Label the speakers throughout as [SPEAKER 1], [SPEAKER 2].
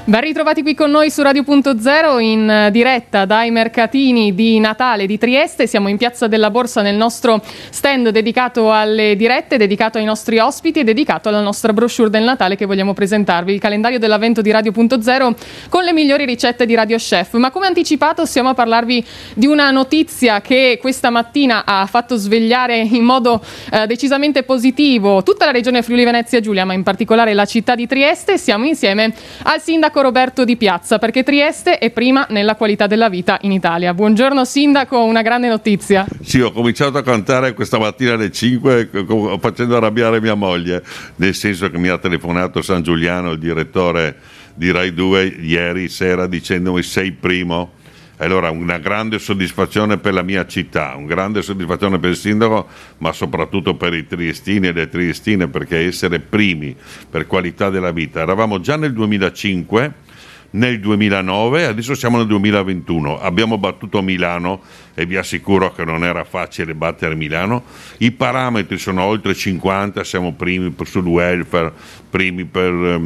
[SPEAKER 1] Ben ritrovati qui con noi su Radio.0 in diretta dai mercatini di Natale di Trieste. Siamo in Piazza della Borsa nel nostro stand dedicato alle dirette, dedicato ai nostri ospiti e dedicato alla nostra brochure del Natale che vogliamo presentarvi, il calendario dell'avvento di Radio.0 con le migliori ricette di Radio Chef. Ma come anticipato stiamo a parlarvi di una notizia che questa mattina ha fatto svegliare in modo decisamente positivo tutta la regione Friuli Venezia Giulia, ma in particolare la città di Trieste. Siamo insieme al sindaco Roberto Di Piazza, perché Trieste è prima nella qualità della vita in Italia. Buongiorno sindaco, una grande notizia.
[SPEAKER 2] Sì, ho cominciato a cantare questa mattina alle 5 facendo arrabbiare mia moglie, nel senso che mi ha telefonato San Giuliano, il direttore di Rai 2, ieri sera dicendomi sei primo. Allora una grande soddisfazione per la mia città, una grande soddisfazione per il sindaco, ma soprattutto per i triestini e le triestine, perché essere primi per qualità della vita. Eravamo già nel 2005, nel 2009, adesso siamo nel 2021. Abbiamo battuto Milano e vi assicuro che non era facile battere Milano. I parametri sono oltre 50, siamo primi sul welfare, primi per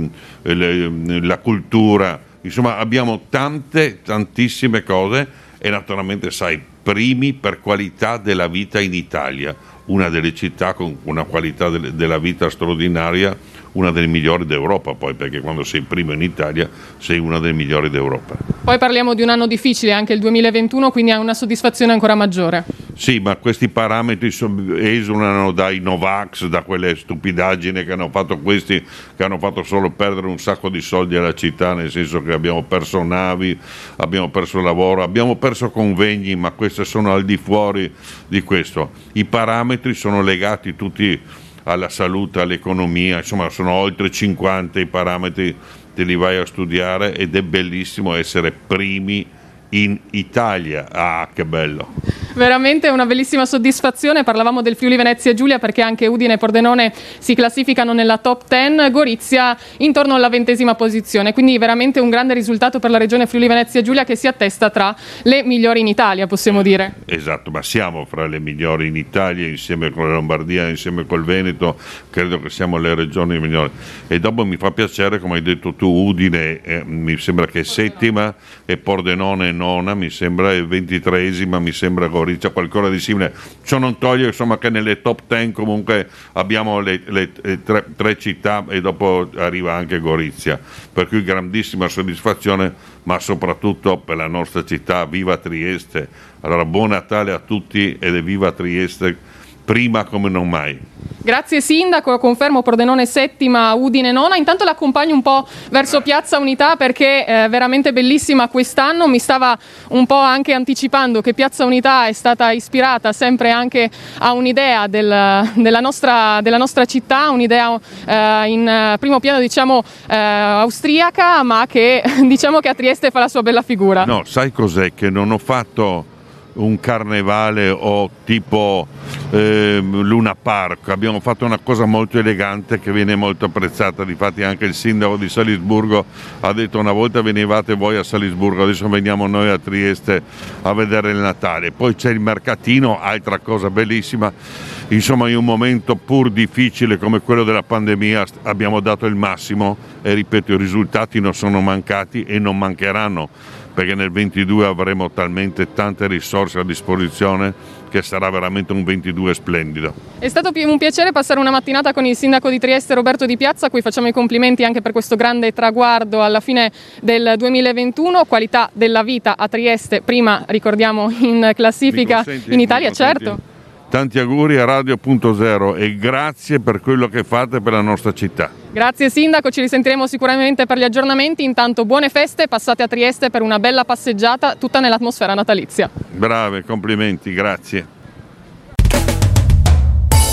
[SPEAKER 2] la cultura. Insomma, abbiamo tantissime cose e naturalmente, sai, primi per qualità della vita in Italia, una delle città con una qualità della vita straordinaria, una delle migliori d'Europa poi, perché quando sei primo in Italia sei una delle migliori d'Europa. Poi
[SPEAKER 1] parliamo di un anno difficile, anche il 2021, quindi ha una soddisfazione ancora maggiore.
[SPEAKER 2] Sì, ma questi parametri esulano dai Novax, da quelle stupidaggini che hanno fatto questi, che hanno fatto solo perdere un sacco di soldi alla città, nel senso che abbiamo perso navi, abbiamo perso lavoro, abbiamo perso convegni, ma queste sono al di fuori di questo. I parametri sono legati tutti alla salute, all'economia, insomma sono oltre 50 i parametri, te li vai a studiare ed è bellissimo essere primi in Italia. Ah, che bello!
[SPEAKER 1] Veramente una bellissima soddisfazione. Parlavamo del Friuli Venezia Giulia perché anche Udine e Pordenone si classificano nella top 10, Gorizia intorno alla 20ª posizione, quindi veramente un grande risultato per la regione Friuli Venezia Giulia che si attesta tra le migliori in Italia, possiamo dire.
[SPEAKER 2] Esatto, ma siamo fra le migliori in Italia insieme con la Lombardia, insieme col Veneto, credo che siamo le regioni migliori. E dopo mi fa piacere, come hai detto tu, Udine mi sembra che è settima e Pordenone è nona, mi sembra, e 23esima mi sembra Gorizia, qualcosa di simile. Ciò non toglie insomma che nelle top 10 comunque abbiamo le tre città e dopo arriva anche Gorizia, per cui grandissima soddisfazione, ma soprattutto per la nostra città. Viva Trieste! Allora buon Natale a tutti ed viva Trieste, prima come non mai.
[SPEAKER 1] Grazie sindaco, confermo Pordenone settima, Udine nona. Intanto l'accompagno un po' verso Piazza Unità perché è veramente bellissima quest'anno. Mi stava un po' anche anticipando che Piazza Unità è stata ispirata sempre anche a un'idea della nostra città, un'idea in primo piano diciamo austriaca, ma che diciamo che a Trieste fa la sua bella figura.
[SPEAKER 2] No, sai cos'è? Che non ho fatto un carnevale o tipo Luna Park, abbiamo fatto una cosa molto elegante che viene molto apprezzata. Difatti anche il sindaco di Salisburgo ha detto una volta venivate voi a Salisburgo, adesso veniamo noi a Trieste a vedere il Natale. Poi c'è il mercatino, altra cosa bellissima. Insomma, in un momento pur difficile come quello della pandemia abbiamo dato il massimo e ripeto, i risultati non sono mancati e non mancheranno, perché nel 22 avremo talmente tante risorse a disposizione che sarà veramente un 22 splendido.
[SPEAKER 1] È stato un piacere passare una mattinata con il sindaco di Trieste Roberto Di Piazza, a cui facciamo i complimenti anche per questo grande traguardo alla fine del 2021, qualità della vita a Trieste, prima ricordiamo in classifica in Italia, certo.
[SPEAKER 2] Tanti auguri a Radio.0 e grazie per quello che fate per la nostra città.
[SPEAKER 1] Grazie sindaco, ci risentiremo sicuramente per gli aggiornamenti. Intanto buone feste, passate a Trieste per una bella passeggiata tutta nell'atmosfera natalizia.
[SPEAKER 2] Brave, complimenti, grazie.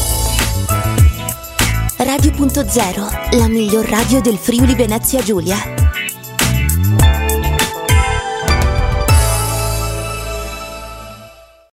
[SPEAKER 3] Radio.0, la miglior radio del Friuli Venezia Giulia.